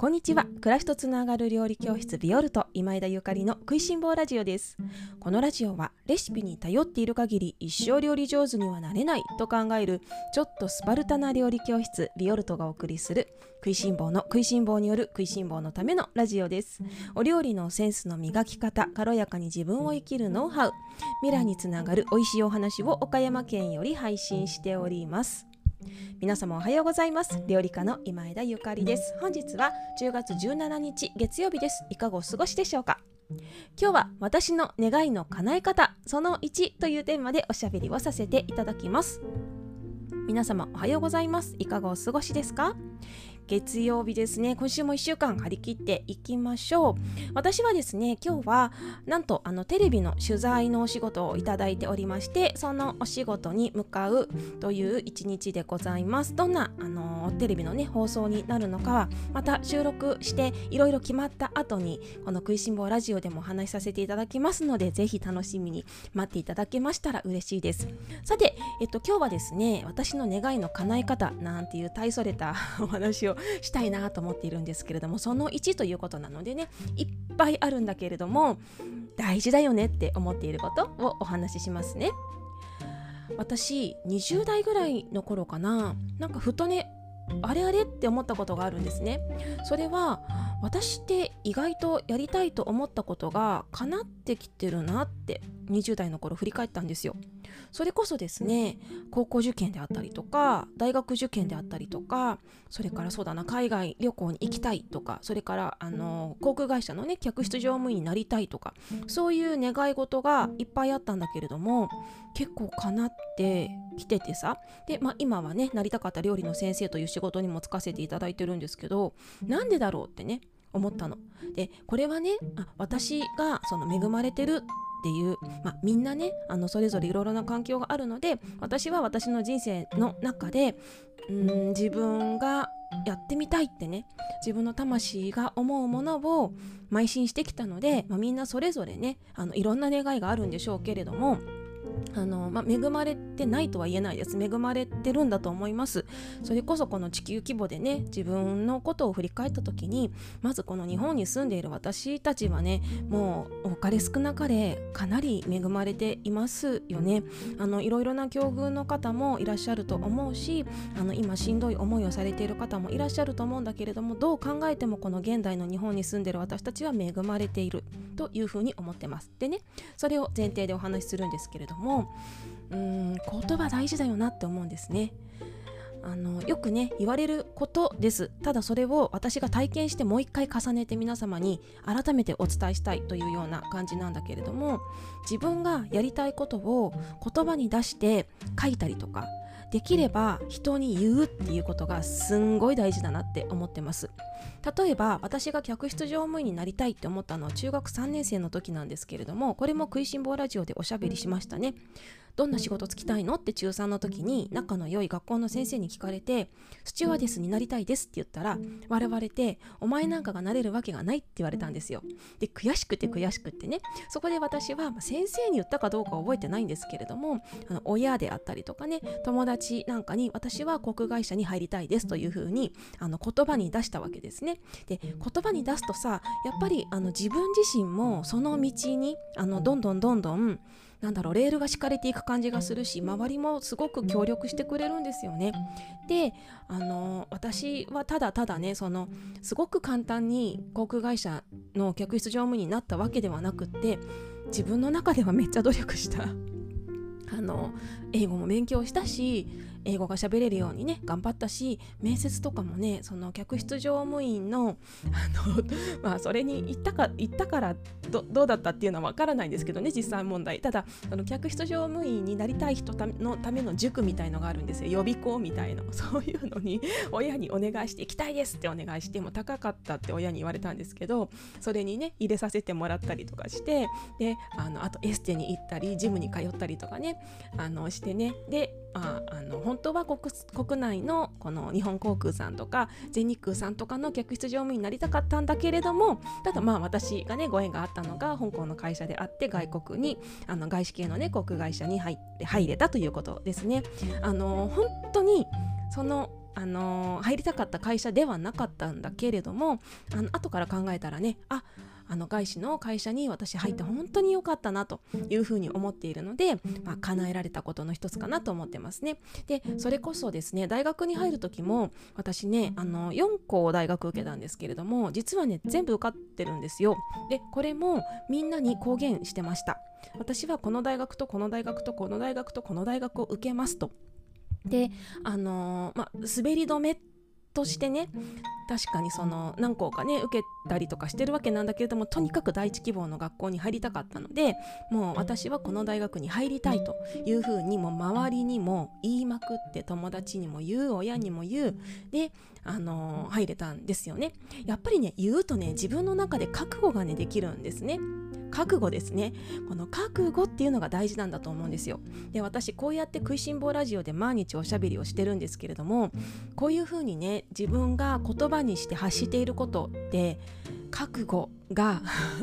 こんにちは。暮らしとつながる料理教室ビオルト今枝ゆかりの食いしん坊ラジオです。このラジオはレシピに頼っている限り一生料理上手にはなれないと考えるちょっとスパルタな料理教室ビオルトがお送りする食いしん坊の食いしん坊による食いしん坊のためのラジオです。お料理のセンスの磨き方、軽やかに自分を生きるノウハウ、未来につながる美味しいお話を岡山県より配信しております。皆様おはようございます。料理家の今枝ゆかりです。本日は10月17日月曜日です。いかがお過ごしでしょうか。今日は私の願いの叶え方その1というテーマでおしゃべりをさせていただきます。皆様おはようございます。いかがお過ごしですか。月曜日ですね。今週も1週間張り切っていきましょう。私はですね、今日はなんとテレビの取材のお仕事をいただいておりまして、そのお仕事に向かうという一日でございます。どんなテレビのね放送になるのかはまた収録していろいろ決まった後にこの食いしん坊ラジオでもお話しさせていただきますので、ぜひ楽しみに待っていただけましたら嬉しいです。さて、今日はですね、私の願いの叶え方なんていう大それたお話をしたいなと思っているんですけれども、その1ということなのでね、いっぱいあるんだけれども大事だよねって思っていることをお話ししますね。私20代ぐらいの頃かな、なんかふとねあれって思ったことがあるんですね。それは私って意外とやりたいと思ったことが叶ってきてるなって20代の頃振り返ったんですよ。それこそですね、高校受験であったりとか大学受験であったりとか、それからそうだな、海外旅行に行きたいとか、それから航空会社のね客室乗務員になりたいとか、そういう願い事がいっぱいあったんだけれども、結構叶ってきててさ、で、今はねなりたかった料理の先生という仕事にも就かせていただいてるんですけど、なんでだろうってね思ったの。でこれはね、私がその恵まれてるっていう、みんなねそれぞれいろいろな環境があるので、私は私の人生の中で自分がやってみたいってね、自分の魂が思うものを邁進してきたので、みんなそれぞれねいろんな願いがあるんでしょうけれども、恵まれてないとは言えないです。恵まれてるんだと思います。それこそこの地球規模でね自分のことを振り返った時に、まずこの日本に住んでいる私たちはね、もう多かれ少なかれかなり恵まれていますよね。いろいろな境遇の方もいらっしゃると思うし、今しんどい思いをされている方もいらっしゃると思うんだけれども、どう考えてもこの現代の日本に住んでいる私たちは恵まれているというふうに思ってます。でね、それを前提でお話しするんですけれども、言葉大事だよなって思うんですね。よくね言われることです。ただそれを私が体験してもう一回重ねて皆様に改めてお伝えしたいというような感じなんだけれども、自分がやりたいことを言葉に出して書いたりとか、できれば人に言うっていうことがすんごい大事だなって思ってます。例えば私が客室乗務員になりたいって思ったのは中学3年生の時なんですけれども、これも食いしん坊ラジオでおしゃべりしましたね。どんな仕事つきたいのって中3の時に仲の良い学校の先生に聞かれて、スチュワーデスになりたいですって言ったら、笑われて、お前なんかがなれるわけがないって言われたんですよ。で悔しくてね、そこで私は先生に言ったかどうか覚えてないんですけれども、親であったりとかね、友達なんかに私は航空会社に入りたいですというふうに言葉に出したわけですね。で言葉に出すとさ、やっぱり自分自身もその道にどんどんレールが敷かれていく感じがするし、周りもすごく協力してくれるんですよね。で私はただねすごく簡単に航空会社の客室乗務員になったわけではなくって、自分の中ではめっちゃ努力した英語も勉強したし、英語が喋れるようにね頑張ったし、面接とかもねその客室乗務員のそれに行ったからどうだったっていうのは分からないんですけどね、実際問題。ただ客室乗務員になりたい人のための塾みたいのがあるんですよ。予備校みたいな、そういうのに親にお願いして行きたいですってお願いしても高かったって親に言われたんですけど、それにね入れさせてもらったりとかして、であとエステに行ったりジムに通ったりとかねしてね、で本当は国内のこの日本航空さんとか全日空さんとかの客室乗務員になりたかったんだけれども、ただ私がねご縁があったのが香港の会社であって、外国に外資系のね航空会社に入れたということですね。本当にその入りたかった会社ではなかったんだけれども、後から考えたらね、外資の会社に私入って本当に良かったなというふうに思っているので、叶えられたことの一つかなと思ってますね。でそれこそですね、大学に入る時も私ね4校大学受けたんですけれども、実はね全部受かってるんですよ。でこれもみんなに公言してました。私はこの大学とこの大学とこの大学とこの大学を受けますと。で滑り止めとしてね、確かにその何校かね受けたりとかしてるわけなんだけれども、とにかく第一希望の学校に入りたかったので、もう私はこの大学に入りたいというふうにもう周りにも言いまくって、友達にも言う、親にも言うで入れたんですよね。やっぱりね言うとね、自分の中で覚悟がねできるんですね。覚悟ですね。この覚悟っていうのが大事なんだと思うんですよ。で私こうやって食いしん坊ラジオで毎日おしゃべりをしてるんですけれども、こういう風にね自分が言葉にして発していることって覚悟が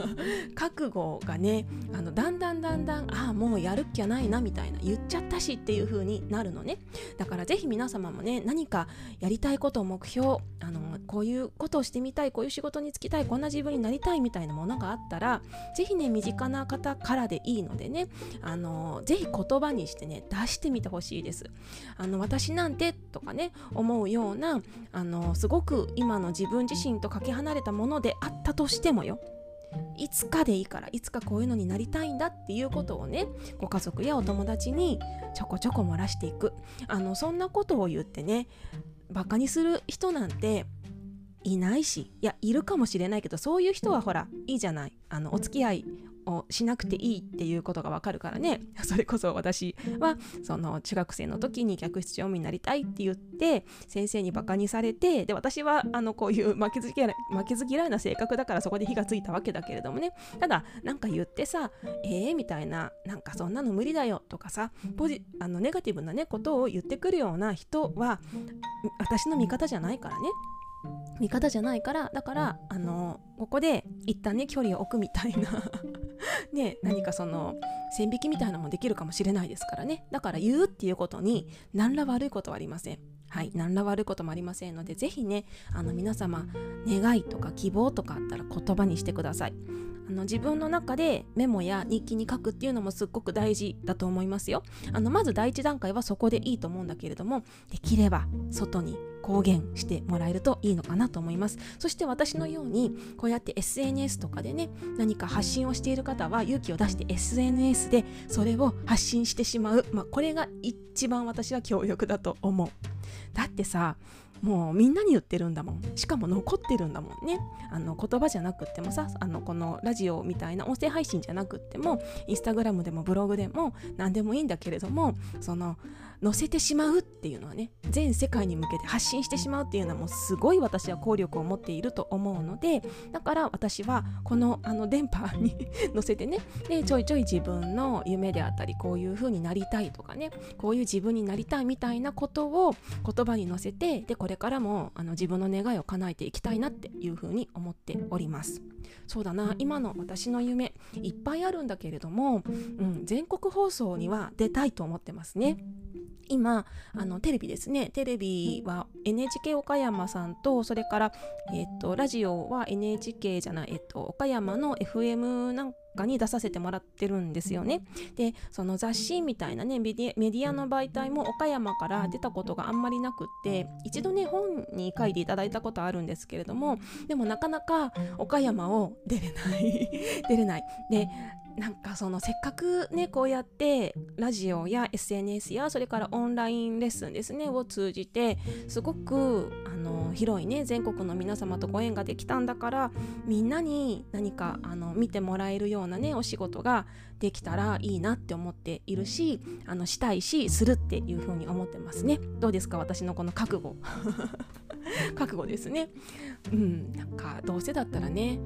ねだんだんもうやるっきゃないなみたいな、言っちゃったしっていう風になるのね。だからぜひ皆様もね、何かやりたいことを目標、こういうことをしてみたい、こういう仕事に就きたい、こんな自分になりたいみたいなものがあったら、ぜひね身近な方からでいいのでね、ぜひ言葉にしてね出してみてほしいです。私なんてとかね思うようなすごく今の自分自身とかけ離れたものであったとしてもよ、いつかでいいから、いつかこういうのになりたいんだっていうことをね、ご家族やお友達にちょこちょこ漏らしていく。そんなことを言ってねバカにする人なんていないし、いやいるかもしれないけど、そういう人はほらいいじゃない、お付き合いをしなくていいっていうことがわかるからね。それこそ私はその中学生の時に客室乗務になりたいって言って先生にバカにされて、で私はこういう負けず嫌いな性格だからそこで火がついたわけだけれどもね、ただなんか言ってさみたいな、なんかそんなの無理だよとかさ、ネガティブなねことを言ってくるような人は私の味方じゃないからね。だからここで一旦ね距離を置くみたいなね、何かその線引きみたいなのもできるかもしれないですからね。だから言うっていうことに何ら悪いことはありません。はい、何ら悪いこともありませんので、ぜひね皆様願いとか希望とかあったら言葉にしてください。自分の中でメモや日記に書くっていうのもすっごく大事だと思いますよ。まず第一段階はそこでいいと思うんだけれども、できれば外に公言してもらえるといいのかなと思います。そして私のようにこうやって SNS とかでね何か発信をしている方は勇気を出して SNS でそれを発信してしまう、これが一番私は強力だと思う。だってさ、もうみんなに言ってるんだもん。しかも残ってるんだもんね。言葉じゃなくってもさ、このラジオみたいな音声配信じゃなくっても、インスタグラムでもブログでも何でもいいんだけれども、載せてしまうっていうのはね、全世界に向けて発信してしまうっていうのはもうすごい私は効力を持っていると思うので、だから私はこの電波に載せてね、でちょいちょい自分の夢であったり、こういう風になりたいとかね、こういう自分になりたいみたいなことを言葉に載せて、でこれからも自分の願いを叶えていきたいなっていう風に思っております。そうだな、今の私の夢いっぱいあるんだけれども、全国放送には出たいと思ってますね。今テレビですね。テレビは NHK 岡山さんと、それからラジオは NHK じゃない、岡山の FM なんかに出させてもらってるんですよね。でその雑誌みたいなねメディアの媒体も岡山から出たことがあんまりなくって、一度ね本に書いていただいたことあるんですけれども、でもなかなか岡山を出れないで、なんかせっかくねこうやってラジオや SNS やそれからオンラインレッスンですねを通じてすごく広いね全国の皆様とご縁ができたんだから、みんなに何か見てもらえるようなねお仕事ができたらいいなって思っているし、したいしするっていうふうに思ってますね。どうですか、私のこの覚悟覚悟ですね。なんかどうせだったらね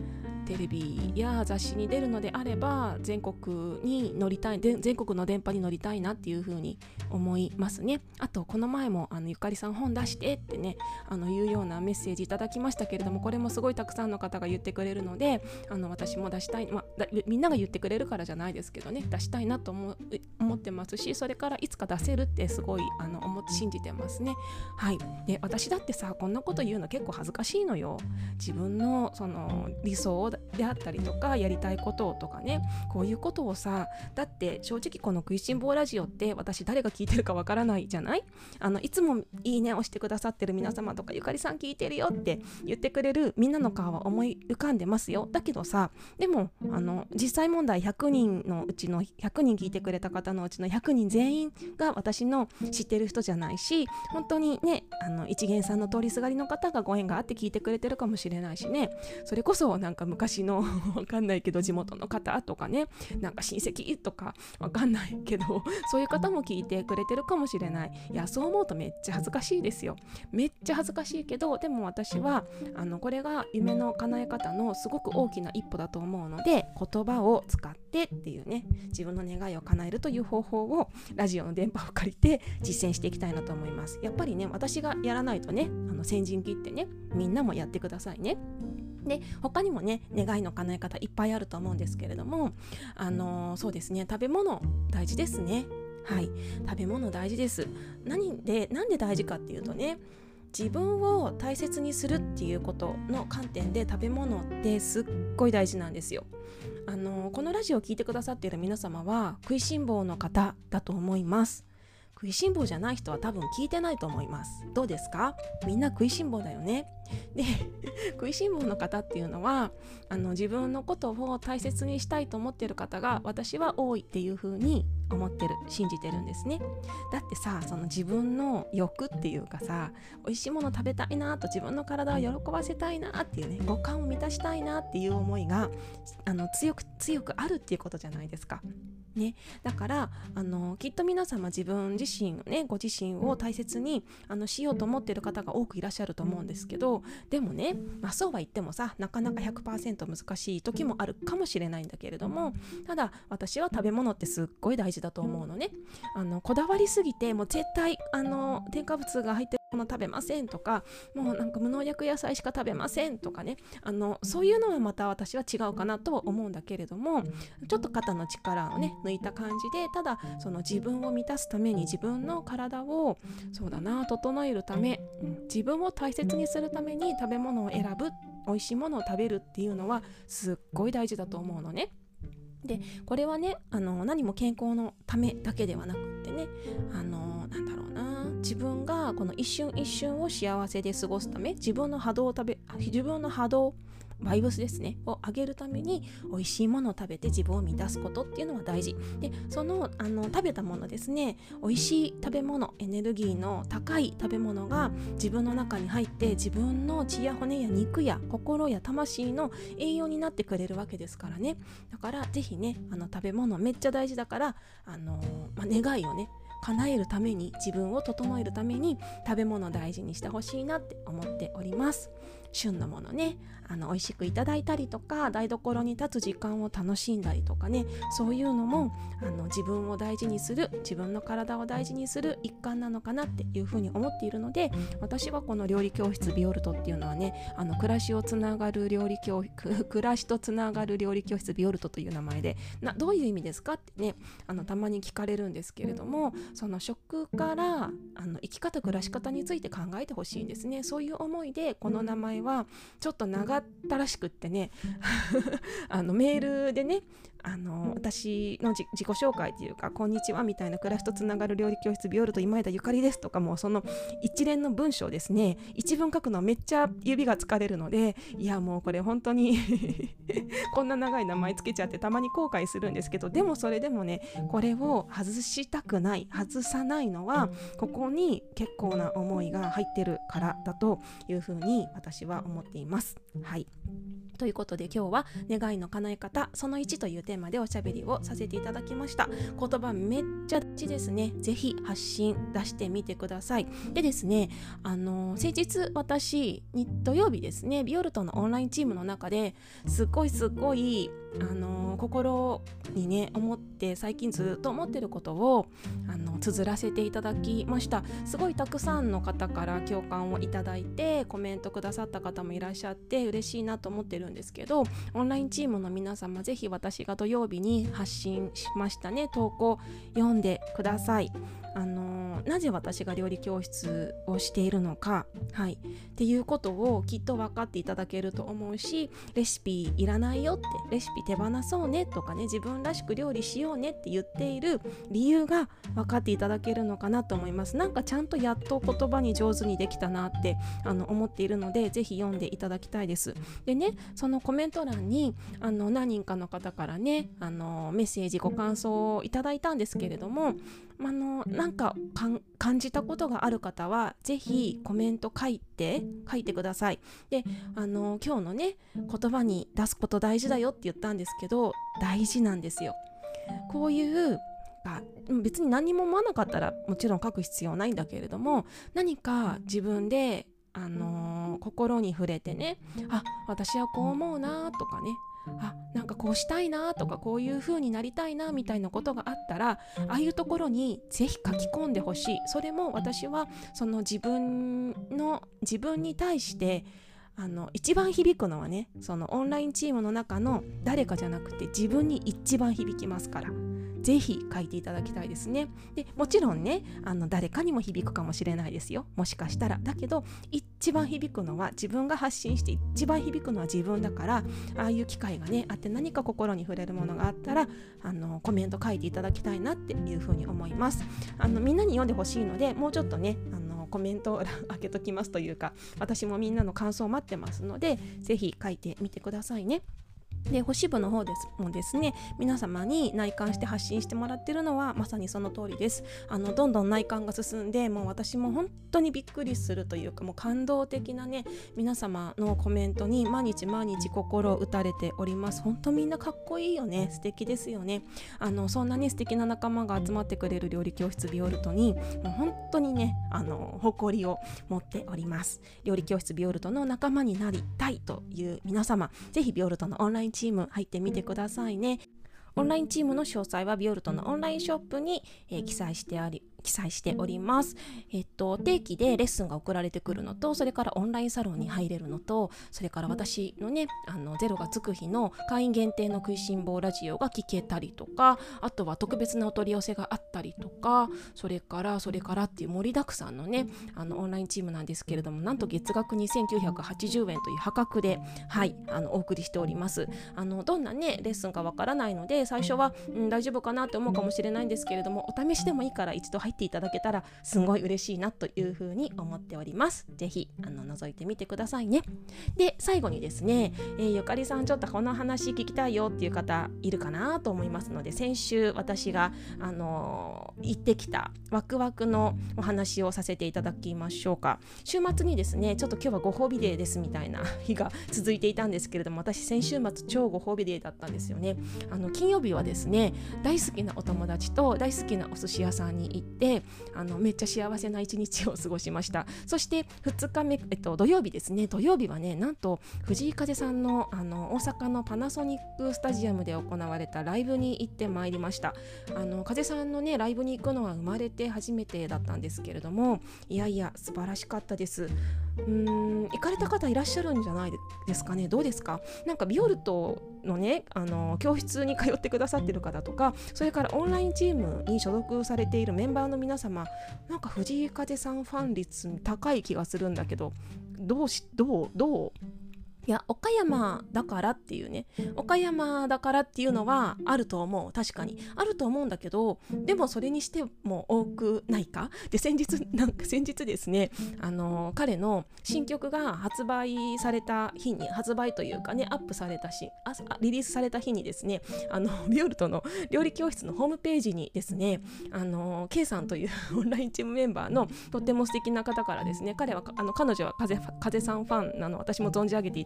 テレビや雑誌に出るのであれば全国の電波に乗りたいなっていうふうに思いますね。あとこの前もゆかりさん本出してってねいうようなメッセージいただきましたけれども、これもすごいたくさんの方が言ってくれるので私も出したい、みんなが言ってくれるからじゃないですけどね、出したいなと思ってますし、それからいつか出せるってすごい信じてますね。はい。で私だってさ、こんなこと言うの結構恥ずかしいのよ。自分のその理想であったりとかやりたいこととかね、こういうことをさ、だって正直この食いしん坊ラジオって私誰が聞いてるかわからないじゃない。いつもいいね押してくださってる皆様とか、ゆかりさん聞いてるよって言ってくれるみんなの顔は思い浮かんでますよ。だけどさ、でも実際問題100人のうちの100人聞いてくれた方のうちの100人全員が私の知ってる人じゃないし、本当にね一元さんの通りすがりの方がご縁があって聞いてくれてるかもしれないしね、それこそなんか昔のわかんないけど地元の方とかね、なんか親戚とかわかんないけどそういう方も聞いてくれてるかもしれない。いや、そう思うとめっちゃ恥ずかしいですよ。めっちゃ恥ずかしいけど、でも私はこれが夢の叶え方のすごく大きな一歩だと思うので、言葉を使ってっていうね、自分の願いを叶えるという方法をラジオの電波を借りて実践していきたいなと思います。やっぱりね、私がやらないとね、先陣切ってね、みんなもやってくださいね。で他にもね願いの叶え方いっぱいあると思うんですけれども、そうですね、食べ物大事ですね。はい、食べ物大事です。なんで大事かっていうとね、自分を大切にするっていうことの観点で食べ物ってすっごい大事なんですよ。このラジオを聞いてくださっている皆様は食いしん坊の方だと思います。食いしん坊じゃない人は多分聞いてないと思います。どうですか？みんな食いしん坊だよね。で食いしん坊の方っていうのは自分のことを大切にしたいと思っている方が私は多いっていう風に信じてるんですね。だってさ、その自分の欲っていうかさ、美味しいもの食べたいなと、自分の体を喜ばせたいなっていうね、五感を満たしたいなっていう思いが強くあるっていうことじゃないですかね。だからきっと皆様自分自身をね、ご自身を大切にしようと思っている方が多くいらっしゃると思うんですけど、でもね、そうは言ってもさ、なかなか 100% 難しい時もあるかもしれないんだけれども、ただ私は食べ物ってすっごい大事だと思うのね。こだわりすぎてもう絶対添加物が入ってるもの食べませんとか、もうなんか無農薬野菜しか食べませんとかね、そういうのはまた私は違うかなとは思うんだけれども、ちょっと肩の力をね抜いた感じで、ただその自分を満たすために、自分の体を整えるため、自分を大切にするために食べ物を選ぶ、美味しいものを食べるっていうのはすっごい大事だと思うのね。でこれはね何も健康のためだけではなくってね、自分がこの一瞬一瞬を幸せで過ごすため、自分の波動バイブスですねを上げるために美味しいものを食べて自分を満たすことっていうのは大事で、その食べたものですね、美味しい食べ物、エネルギーの高い食べ物が自分の中に入って、自分の血や骨や肉や心や魂の栄養になってくれるわけですからね。だからぜひね食べ物めっちゃ大事だから、願いをね叶えるために、自分を整えるために食べ物を大事にしてほしいなって思っております。旬のものね美味しくいただいたりとか、台所に立つ時間を楽しんだりとかね、そういうのも自分を大事にする、自分の体を大事にする一環なのかなっていうふうに思っているので、私はこの料理教室ビオルトっていうのはね、暮らしとつながる料理教室ビオルトという名前で、どういう意味ですかってねたまに聞かれるんですけれども、その食から生き方、暮らし方について考えてほしいんですね。そういう思いでこの名前はちょっと長ったらしくってねメールでね私の自己紹介というか、こんにちはみたいな、暮らしとつながる料理教室ビオルト今枝ゆかりですとか、もうその一連の文章ですね、一文書くのめっちゃ指が疲れるので、いやもうこれ本当にこんな長い名前つけちゃってたまに後悔するんですけど、でもそれでもね、これを外さないのは、ここに結構な思いが入ってるからだというふうに私は思っています。はい、ということで今日は願いの叶え方その1というテーマーマでおしゃべりをさせていただきました。言葉めっちゃ大事ですね。ぜひ発信出してみてください。でですね、先日私土曜日ですね、ビオルトのオンラインチームの中ですごい心にね思って最近ずっと思ってることを綴らせていただきました。すごいたくさんの方から共感をいただいてコメントくださった方もいらっしゃって嬉しいなと思ってるんですけど、オンラインチームの皆様ぜひ私が土曜日に発信しましたね投稿読んでください。なぜ私が料理教室をしているのか、っていうことをきっと分かっていただけると思うし、レシピいらないよって、レシピ手放そうねとかね、自分らしく料理しようねって言っている理由が分かっていただけるのかなと思います。なんかちゃんとやっと言葉に上手にできたなって思っているので、ぜひ読んでいただきたいです。でね、そのコメント欄に何人かの方からねメッセージご感想をいただいたんですけれども、なんか感じたことがある方はぜひコメント書いてください。で今日のね言葉に出すこと大事だよって言ったんですけど、大事なんですよ。こういう別に何も思わなかったらもちろん書く必要ないんだけれども、何か自分で心に触れてね、私はこう思うなとかね、なんかこうしたいなとか、こういう風になりたいなみたいなことがあったら、ああいうところにぜひ書き込んでほしい。それも私はその自分に対して一番響くのはね、そのオンラインチームの中の誰かじゃなくて自分に一番響きますから、ぜひ書いていただきたいですね。でもちろんね誰かにも響くかもしれないですよ、もしかしたら。だけど一番響くのは自分が発信して、一番響くのは自分だから、ああいう機会がねあって、何か心に触れるものがあったらコメント書いていただきたいなっていうふうに思います。みんなに読んでほしいので、もうちょっとねコメントを開けときますというか、私もみんなの感想を待ってますので、ぜひ書いてみてくださいね。で星部の方もですね、皆様に内観して発信してもらってるのはまさにその通りです。どんどん内観が進んで、もう私も本当にびっくりするというか、もう感動的なね皆様のコメントに毎日心を打たれております。本当みんなかっこいいよね、素敵ですよね。そんなに素敵な仲間が集まってくれる料理教室ビオルトに、もう本当にね誇りを持っております。料理教室ビオルトの仲間になりたいという皆様、ぜひビオルトのオンラインチーム入ってみてくださいね。オンラインチームの詳細はビオルトのオンラインショップに、記載しております。定期でレッスンが送られてくるのと、それからオンラインサロンに入れるのと、それから私のねゼロがつく日の会員限定の食いしん坊ラジオが聞けたりとか、あとは特別なお取り寄せがあったりとか、それからっていう盛りだくさんのねオンラインチームなんですけれども、なんと月額2980円という破格でお送りしております。どんなねレッスンかわからないので、最初は、大丈夫かなって思うかもしれないんですけれども、お試しでもいいから一度入っていただけたらすごい嬉しいなというふうに思っております。ぜひ覗いてみてくださいね。で最後にですね、ゆかりさんちょっとこの話聞きたいよっていう方いるかなと思いますので、先週私が行ってきたワクワクのお話をさせていただきましょうか。週末にですね、ちょっと今日はご褒美デーですみたいな日が続いていたんですけれども、私先週末超ご褒美デーだったんですよね。金曜日はですね、大好きなお友達と大好きなお寿司屋さんに行ってめっちゃ幸せな一日を過ごしました。そして2日目、土曜日ですね。土曜日はね、なんと藤井風さんの大阪のパナソニックスタジアムで行われたライブに行ってまいりました。風さんのねライブに行くのは生まれて初めてだったんですけれども、いやいや素晴らしかったです。行かれた方いらっしゃるんじゃないですかね。どうですか？なんかビオルトのね教室に通ってくださってる方とか、それからオンラインチームに所属されているメンバーの皆様、なんか藤井風さんファン率高い気がするんだけど、どういや岡山だからっていうね、岡山だからっていうのはあると思う。確かにあると思うんだけど、でもそれにしても多くないか。で先日ですね、彼の新曲が発売された日に、発売というかねアップされたリリースされた日にですね、ビオルトの料理教室のホームページにですね、K さんというオンラインチームメンバーのとっても素敵な方からですね、彼女は風さんファンなの私も存じ上げていた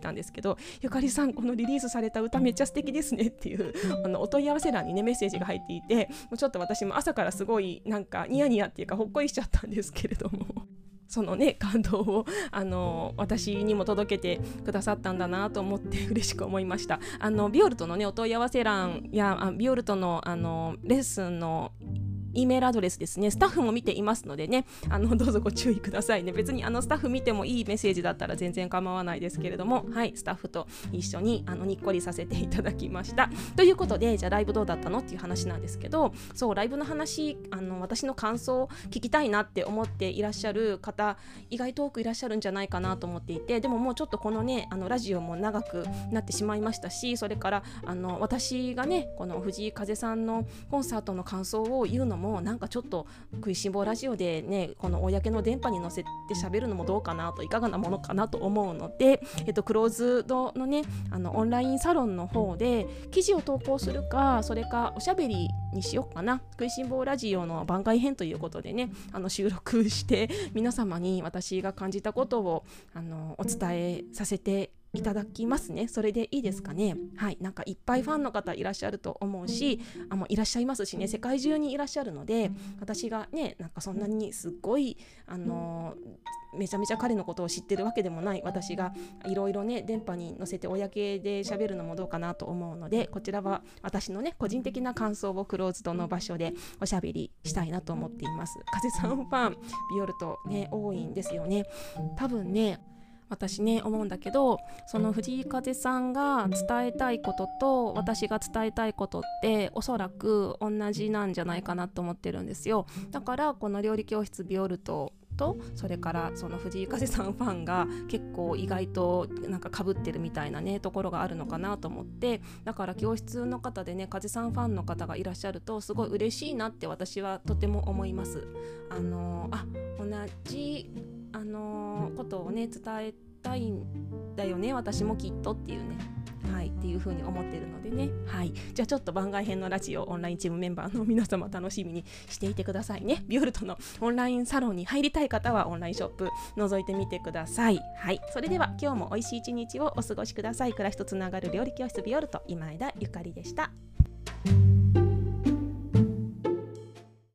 たんですけど、ゆかりさんこのリリースされた歌めっちゃ素敵ですねっていうお問い合わせ欄にねメッセージが入っていて、もうちょっと私も朝からすごいなんかニヤニヤっていうかほっこりしちゃったんですけれどもそのね感動を私にも届けてくださったんだなと思って嬉しく思いました。ビオルトのねお問い合わせ欄やビオルトのレッスンのEメールアドレスですね、スタッフも見ていますのでね、どうぞご注意くださいね。別にスタッフ見てもいいメッセージだったら全然構わないですけれども、はい、スタッフと一緒ににっこりさせていただきました。ということで、じゃあライブどうだったのっていう話なんですけど、そうライブの話、私の感想を聞きたいなって思っていらっしゃる方意外と多くいらっしゃるんじゃないかなと思っていて、でももうちょっとこのねラジオも長くなってしまいましたし、それから私がねこの藤井風さんのコンサートの感想を言うのもなんかちょっと食いしん坊ラジオでねこの公の電波に乗せて喋るのもどうかなと、いかがなものかなと思うので、クローズドのねオンラインサロンの方で記事を投稿するか、それかおしゃべりにしようかな、食いしん坊ラジオの番外編ということでね収録して皆様に私が感じたことをお伝えさせていただきますね。それでいいですかね。はい、なんかいっぱいファンの方いらっしゃると思うし、もういらっしゃいますしね、世界中にいらっしゃるので、私がねなんかそんなにすっごいめちゃめちゃ彼のことを知ってるわけでもない私がいろいろね電波に乗せて公で喋るのもどうかなと思うので、こちらは私のね個人的な感想をクローズドの場所でおしゃべりしたいなと思っています。風さんファンビオルトね多いんですよね。多分ね私ね思うんだけど、その藤井風さんが伝えたいことと私が伝えたいことっておそらく同じなんじゃないかなと思ってるんですよ。だからこの料理教室ビオルトと、それからその藤井風さんファンが結構意外となんか被ってるみたいなねところがあるのかなと思って、だから教室の方でね風さんファンの方がいらっしゃるとすごい嬉しいなって私はとても思います。同じことをね伝えたいんだよね私もきっとっていうね、はいっていう風に思ってるのでね、はい、じゃあちょっと番外編のラジオオンラインチームメンバーの皆様楽しみにしていてくださいね。ビオルトのオンラインサロンに入りたい方はオンラインショップ覗いてみてください。はい、それでは今日も美味しい一日をお過ごしください。暮らしとつながる料理教室ビオルト今枝ゆかりでした。